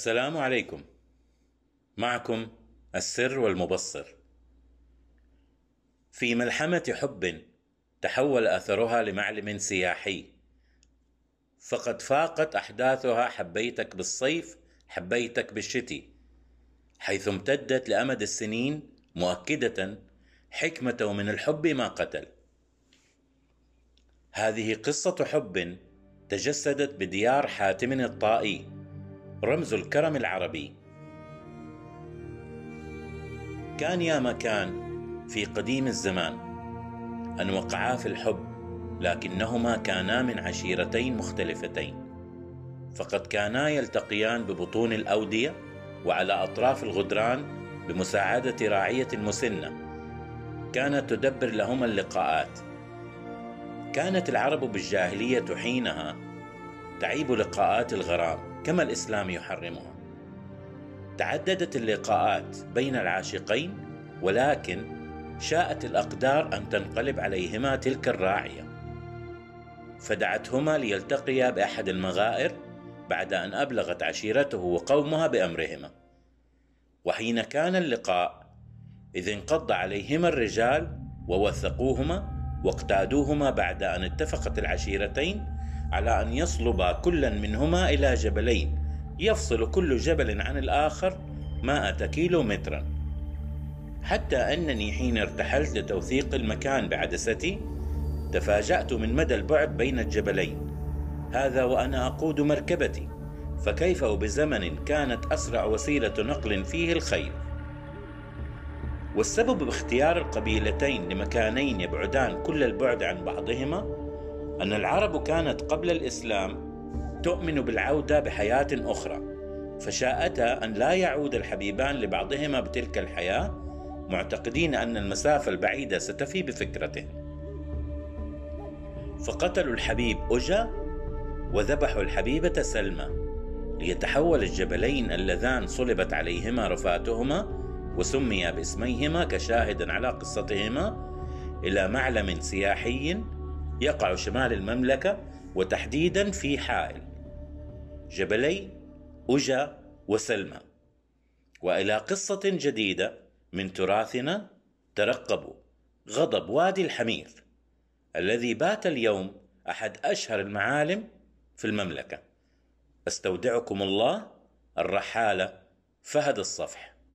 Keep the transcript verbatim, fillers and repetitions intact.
السلام عليكم. معكم السر والمبصر. في ملحمة حب تحول أثرها لمعلم سياحي، فقد فاقت أحداثها حبيتك بالصيف حبيتك بالشتي، حيث امتدت لأمد السنين مؤكدة حكمة من الحب ما قتل. هذه قصة حب تجسدت بديار حاتم الطائي، رمز الكرم العربي. كان يا مكان في قديم الزمان أن وقعا في الحب، لكنهما كانا من عشيرتين مختلفتين، فقد كانا يلتقيان ببطون الأودية وعلى أطراف الغدران بمساعدة راعية مسنة كانت تدبر لهما اللقاءات. كانت العرب بالجاهلية حينها تعيب لقاءات الغرام كما الإسلام يحرمها. تعددت اللقاءات بين العاشقين، ولكن شاءت الأقدار أن تنقلب عليهما تلك الراعية، فدعتهما ليلتقيا بأحد المغائر بعد أن أبلغت عشيرته وقومها بأمرهما. وحين كان اللقاء إذ انقض عليهما الرجال ووثقوهما واقتادوهما بعد أن اتفقت العشيرتين على أن يصلبا كلا منهما إلى جبلين يفصل كل جبل عن الآخر مائة كيلو مترا، حتى أنني حين ارتحلت لتوثيق المكان بعدستي تفاجأت من مدى البعد بين الجبلين، هذا وأنا أقود مركبتي، فكيف وبزمن كانت أسرع وسيلة نقل فيه الخيل. والسبب باختيار القبيلتين لمكانين يبعدان كل البعد عن بعضهما أن العرب كانت قبل الإسلام تؤمن بالعودة بحياة أخرى، فشاءتا أن لا يعود الحبيبان لبعضهما بتلك الحياة، معتقدين أن المسافة البعيدة ستفي بفكرتهم. فقتلوا الحبيب أجا وذبحوا الحبيبة سلمى، ليتحول الجبلين اللذان صلبت عليهما رفاتهما وسميا باسميهما كشاهد على قصتهما إلى معلم سياحي يقع شمال المملكة، وتحديدا في حائل، جبلي أجا وسلمى. وإلى قصة جديدة من تراثنا، ترقبوا غضب وادي الحمير الذي بات اليوم أحد أشهر المعالم في المملكة. أستودعكم الله، الرحالة فهد الصفح.